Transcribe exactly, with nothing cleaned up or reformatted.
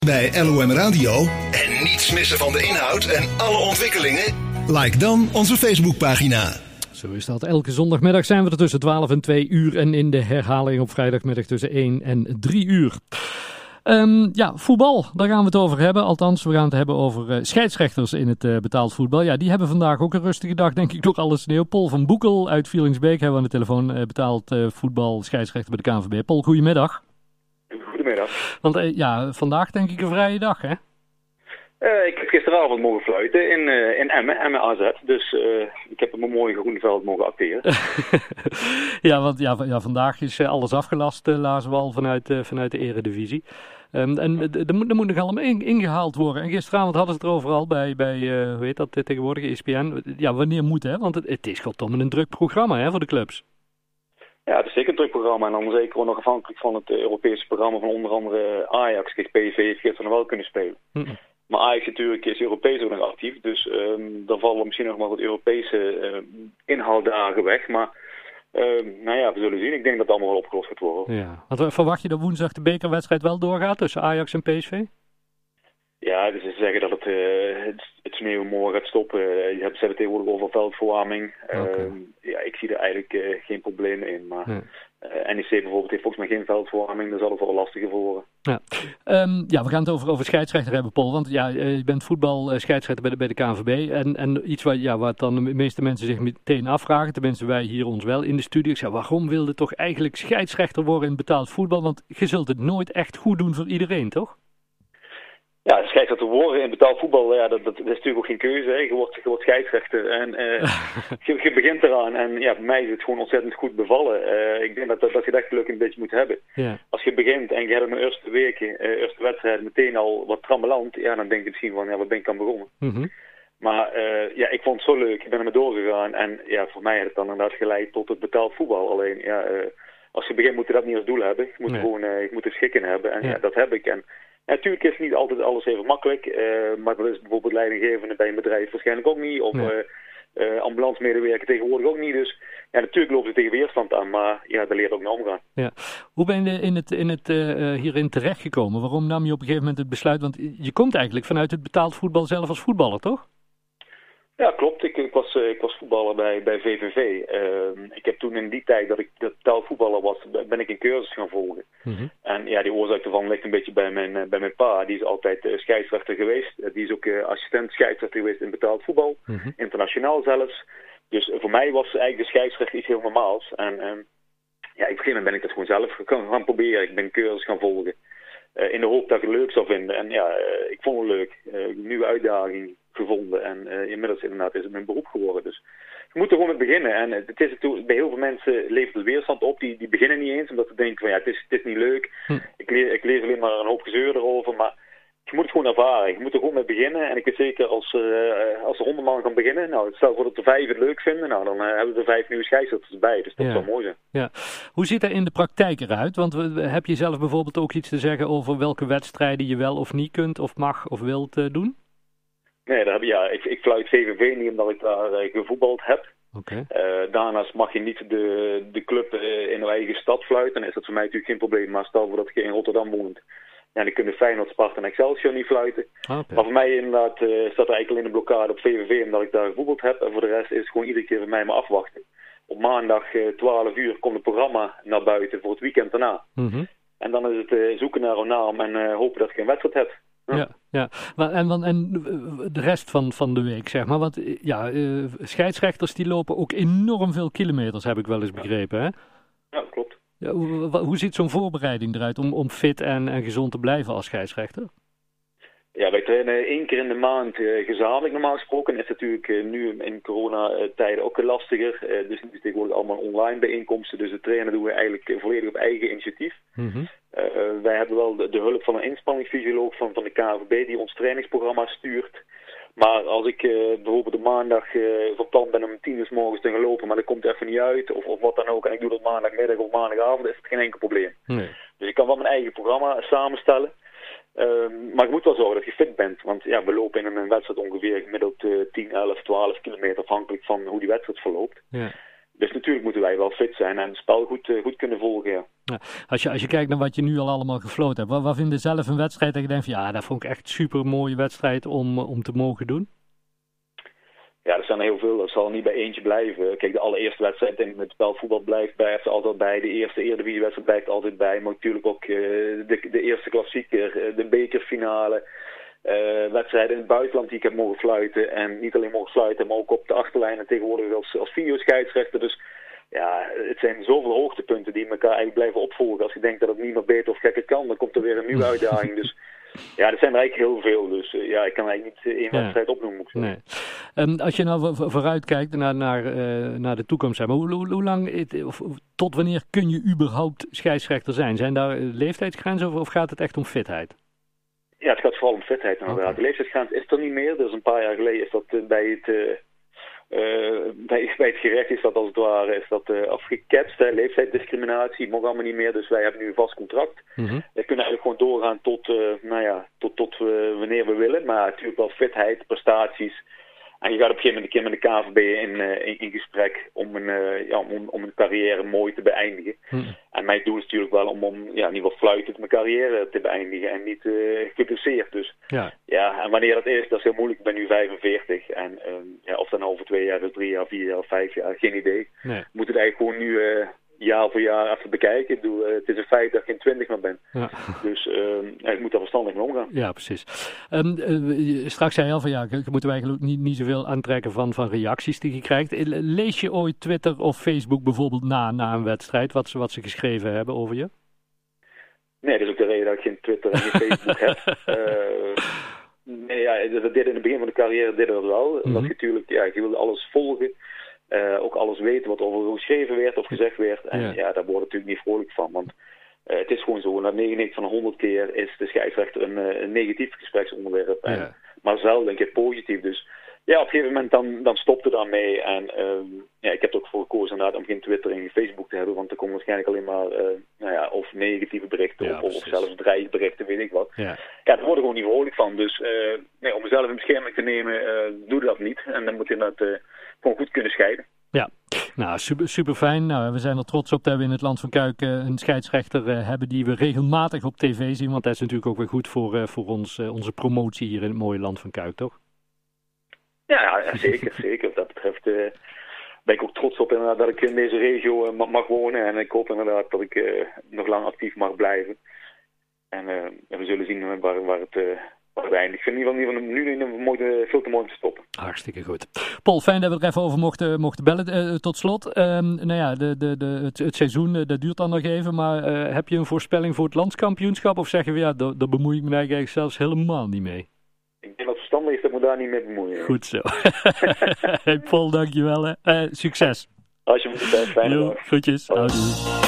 Bij L O M Radio en niets missen van de inhoud en alle ontwikkelingen? Like dan onze Facebookpagina. Zo is dat. Elke zondagmiddag zijn we er tussen twaalf en twee uur en in de herhaling op vrijdagmiddag tussen één en drie uur. Um, ja, voetbal, daar gaan we het over hebben. Althans, we gaan het hebben over uh, scheidsrechters in het uh, betaald voetbal. Ja, die hebben vandaag ook een rustige dag, denk ik, door alle sneeuw. Paul van Boekel uit Vielingsbeek hebben we aan de telefoon. Uh, betaald uh, voetbal scheidsrechter bij de K N V B. Paul, goedemiddag. Goedemiddag. Want uh, ja, vandaag denk ik een vrije dag, hè? Uh, ik heb gisteravond mogen fluiten in, uh, in Emmen, Emmen A Z. Dus uh, ik heb op mijn mooie groene veld mogen acteren. ja, want ja, ja, vandaag is uh, alles afgelast, uh, lazen we al vanuit, uh, vanuit de eredivisie. Um, en er moet, moet nog allemaal in, ingehaald worden. En gisteravond hadden ze het er overal bij, bij uh, hoe heet dat uh, tegenwoordig, E S P N. Ja, wanneer moet, hè? Want het, het is goddomme een druk programma, hè, voor de clubs. Ja, het is zeker een druk programma. En dan zeker ook nog afhankelijk van het Europese programma van onder andere Ajax. Kijk, P S V heeft gisteren nog wel kunnen spelen. Mm-mm. Maar Ajax natuurlijk is Europees ook nog actief. Dus um, dan vallen misschien nog wel wat Europese uh, inhaaldagen weg. Maar uh, nou ja, we zullen zien. Ik denk dat het allemaal wel opgelost gaat worden. Ja. Want verwacht je dat woensdag de bekerwedstrijd wel doorgaat tussen Ajax en P S V? Ja, dus ze zeggen dat het, uh, het, het sneeuw morgen gaat stoppen. Uh, je hebt, ze hebben tegenwoordig over veldverwarming. Uh, okay. Ja, ik zie er eigenlijk uh, geen problemen in. Maar nee. uh, N E C bijvoorbeeld heeft volgens mij geen veldverwarming. Daar zal het wel lastiger voor. Ja. Um, ja, we gaan het over, over scheidsrechter hebben, Paul. Want ja, uh, je bent voetbal uh, scheidsrechter bij de, bij de K N V B. En, en iets waar, ja, wat dan de meeste mensen zich meteen afvragen. Tenminste, wij hier ons wel in de studio. Ik zeg, waarom wilde toch eigenlijk scheidsrechter worden in betaald voetbal? Want je zult het nooit echt goed doen voor iedereen, toch? Ja, scheidsrechter worden in betaald voetbal, ja, dat, dat, dat is natuurlijk ook geen keuze. Hè. Je, wordt, je wordt scheidsrechter en uh, je, je begint eraan. En ja, bij mij is het gewoon ontzettend goed bevallen. Uh, ik denk dat, dat, dat je dat geluk een beetje moet hebben. Yeah. Als je begint en je hebt in de eerste weken, uh, eerste wedstrijd meteen al wat trammeland, ja, dan denk je misschien van, ja, wat ben ik aan begonnen. Mm-hmm. Maar uh, ja, ik vond het zo leuk. Ik ben ermee doorgegaan. En ja, voor mij heeft het dan inderdaad geleid tot het betaald voetbal. Alleen, ja, uh, als je begint moet je dat niet als doel hebben. Je moet nee. gewoon, uh, je moet er schik in hebben. En ja, ja dat heb ik. En ja, natuurlijk is niet altijd alles even makkelijk, uh, maar dat is bijvoorbeeld leidinggevende bij een bedrijf waarschijnlijk ook niet, of nee. uh, uh, ambulancemedewerker tegenwoordig ook niet. Dus ja, natuurlijk lopen ze tegen weerstand aan, maar ja, daar leert ook naar omgaan. Ja. Hoe ben je in het, in het, uh, hierin terechtgekomen? Waarom nam je op een gegeven moment het besluit? Want je komt eigenlijk vanuit het betaald voetbal zelf als voetballer, toch? Ja, klopt. Ik, ik, was, uh, ik was voetballer bij, bij V V V. Uh, ik heb toen in die tijd dat ik betaald voetballer was, ben ik een cursus gaan volgen. Mm-hmm. En ja, die oorzaak ervan ligt een beetje bij mijn, uh, bij mijn pa. Die is altijd uh, scheidsrechter geweest. Uh, die is ook uh, assistent scheidsrechter geweest in betaald voetbal. Mm-hmm. Internationaal zelfs. Dus uh, voor mij was eigenlijk de scheidsrechter iets heel normaals. En uh, ja, op een gegeven moment ben ik dat gewoon zelf gaan, gaan proberen. Ik ben een cursus gaan volgen. Uh, in de hoop dat ik het leuk zou vinden. En ja, uh, ik vond het leuk. Uh, een nieuwe uitdaging gevonden. En uh, inmiddels inderdaad is het mijn beroep geworden. Dus je moet er gewoon mee beginnen. En het is het, bij heel veel mensen levert het weerstand op. Die, die beginnen niet eens. Omdat ze denken van ja, het is, het is niet leuk. Hm. Ik, leer, ik lees alleen maar een hoop gezeur erover. Maar je moet het gewoon ervaren. Je moet er gewoon mee beginnen. En ik weet zeker als, uh, als er honderd man gaan beginnen. Nou, stel voor dat er vijf het leuk vinden. Nou, dan uh, hebben we er vijf nieuwe scheidsrechters bij. Dus dat ja. zou mooi zijn. Ja. Hoe ziet dat in de praktijk eruit? Want we, heb je zelf bijvoorbeeld ook iets te zeggen over welke wedstrijden je wel of niet kunt of mag of wilt uh, doen? Nee, daar heb, ja, ik, ik fluit V V V niet omdat ik daar uh, gevoetbald heb. Okay. Uh, daarnaast mag je niet de, de club uh, in je eigen stad fluiten. Dan is dat voor mij natuurlijk geen probleem. Maar stel voor dat je in Rotterdam woont. Ja, dan kunnen Feyenoord, Sparta en Excelsior niet fluiten. Okay. Maar voor mij inderdaad uh, staat er eigenlijk alleen een blokkade op V V V omdat ik daar gevoetbald heb. En voor de rest is het gewoon iedere keer bij mij maar afwachten. Op maandag uh, twaalf uur komt het programma naar buiten voor het weekend daarna. Mm-hmm. En dan is het uh, zoeken naar een naam en uh, hopen dat je een wedstrijd hebt. Ja, ja, ja. Maar en, en de rest van, van de week, zeg maar. Want ja, uh, scheidsrechters die lopen ook enorm veel kilometers, heb ik wel eens begrepen, hè? Ja, klopt. Ja, hoe, hoe ziet zo'n voorbereiding eruit om, om fit en, en gezond te blijven als scheidsrechter? Ja, wij trainen één keer in de maand uh, gezamenlijk normaal gesproken. Dat is natuurlijk uh, nu in coronatijden ook lastiger. Uh, dus het is tegenwoordig allemaal online bijeenkomsten. Dus het trainen doen we eigenlijk uh, volledig op eigen initiatief. Mm-hmm. Uh, wij hebben wel de, de hulp van een inspanningsfysioloog van, van de K N V B die ons trainingsprogramma stuurt. Maar als ik uh, bijvoorbeeld op maandag uh, van plan ben om tien uur 's morgens te gaan lopen, maar dat komt even niet uit, of, of wat dan ook, en ik doe dat maandagmiddag of maandagavond, is het geen enkel probleem. Nee. Dus ik kan wel mijn eigen programma samenstellen. Um, maar ik moet wel zorgen dat je fit bent, want ja, we lopen in een wedstrijd ongeveer gemiddeld uh, tien, elf, twaalf kilometer afhankelijk van hoe die wedstrijd verloopt. Ja. Dus natuurlijk moeten wij wel fit zijn en het spel goed, uh, goed kunnen volgen. Ja. Ja, als, je, als je kijkt naar wat je nu al allemaal gefloten hebt, wat, wat vind je zelf een wedstrijd dat je denkt van ja, dat vond ik echt een super mooie wedstrijd om, om te mogen doen? Ja, er zijn er heel veel. Dat zal niet bij eentje blijven. Kijk, de allereerste wedstrijd in het spelvoetbal blijft bij, er altijd bij. De eerste Eredivisiewedstrijd blijft altijd bij. Maar natuurlijk ook uh, de, de eerste klassieker, uh, de bekerfinale. Uh, wedstrijden in het buitenland die ik heb mogen fluiten. En niet alleen mogen fluiten, maar ook op de achterlijnen tegenwoordig als, als videoscheidsrechter. Dus ja, het zijn zoveel hoogtepunten die elkaar eigenlijk blijven opvolgen. Als je denkt dat het niet meer beter of gekker kan, dan komt er weer een nieuwe uitdaging. Dus ja, er zijn er eigenlijk heel veel. Dus uh, ja, ik kan eigenlijk niet één ja. wedstrijd opnoemen. Moet ik nee. um, als je nou vooruit kijkt naar, naar, uh, naar de toekomst, zeg maar, hoe, hoe, hoe lang, het, of, tot wanneer kun je überhaupt scheidsrechter zijn? Zijn daar leeftijdsgrenzen of, of gaat het echt om fitheid? Ja, het gaat vooral om fitheid inderdaad. Okay. De leeftijdsgrens is er niet meer. Dus een paar jaar geleden is dat uh, bij het... Uh, Uh, bij, bij het gerecht is dat als het ware is dat uh, afgeketst, hè, leeftijdsdiscriminatie mogen allemaal niet meer, dus wij hebben nu een vast contract. Mm-hmm. We kunnen eigenlijk gewoon doorgaan tot, uh, nou ja, tot, tot uh, wanneer we willen, maar natuurlijk wel fitheid, prestaties. En je gaat op een gegeven moment een keer met de K V B in, uh, in, in gesprek om een, uh, ja, om, om een carrière mooi te beëindigen. Mm-hmm. En mijn doel is natuurlijk wel om, om ja, in ieder geval fluitend mijn carrière te beëindigen en niet uh, geblesseerd. Dus ja. ja, en wanneer dat is, dat is heel moeilijk. Ik ben nu vijfenveertig en uh, ja, of dat nou over twee jaar, drie jaar, vier jaar, vijf jaar, geen idee. Nee. We moeten het eigenlijk gewoon nu uh, jaar voor jaar even bekijken. Ik bedoel, uh, het is een feit dat ik geen twintig meer ben. Ja. Dus uh, ja, ik moet daar verstandig mee omgaan. Ja, precies. Um, uh, straks zei je al van ja, je moet er eigenlijk niet, niet zoveel aantrekken van, van reacties die je krijgt. Lees je ooit Twitter of Facebook bijvoorbeeld na, na een wedstrijd, wat ze, wat ze geschreven hebben over je? Nee, dat is ook de reden dat ik geen Twitter en geen Facebook heb. Uh, nee, ja, dat deden in het begin van de carrière deden dat wel. Mm-hmm. Dat je natuurlijk, ja, je wilde alles volgen. Uh, ook alles weten wat over geschreven werd of gezegd werd. En ja, ja daar word ik natuurlijk niet vrolijk van. Want uh, het is gewoon zo, na negenennegentig van de honderd keer is de scheidsrechter een, een negatief gespreksonderwerp. En, ja. Maar zelden een keer positief. Dus ja, op een gegeven moment dan, dan stopte daar mee. En um, ja, ik heb er ook voor gekozen inderdaad om geen Twitter en geen Facebook te hebben. Want er komen waarschijnlijk alleen maar uh, nou ja, of negatieve berichten ja, of, of zelfs dreigberichten, weet ik wat. Ja, ja daar word ik gewoon niet vrolijk van. Dus uh, nee, om mezelf in bescherming te nemen, uh, doe dat niet. En dan moet je dat uh, gewoon goed kunnen scheiden. Ja, nou super, super fijn. Nou, we zijn er trots op dat we in het Land van Kuik uh, een scheidsrechter uh, hebben die we regelmatig op tv zien. Want dat is natuurlijk ook weer goed voor, uh, voor ons, uh, onze promotie hier in het mooie Land van Kuik, toch? Ja, ja zeker, zeker. Wat dat betreft uh, ben ik ook trots op inderdaad dat ik in deze regio uh, mag wonen. En ik hoop inderdaad dat ik uh, nog lang actief mag blijven. En uh, we zullen zien waar, waar het... Uh, Ik vind in ieder geval nu mooi, veel te mooi om te stoppen. Hartstikke goed. Paul, fijn dat we er even over mochten, mochten bellen. Uh, tot slot, um, nou ja, de, de, de, het, het seizoen uh, dat duurt dan nog even, maar uh, heb je een voorspelling voor het landskampioenschap? Of zeggen we, ja, daar, daar bemoei ik me eigenlijk zelfs helemaal niet mee? Ik denk dat het verstandig is dat ik me daar niet mee bemoeien. Goed zo. Hey Paul, dankjewel. Hè. Uh, succes. Alsjeblieft, fijne dag. Groetjes. Houdoe.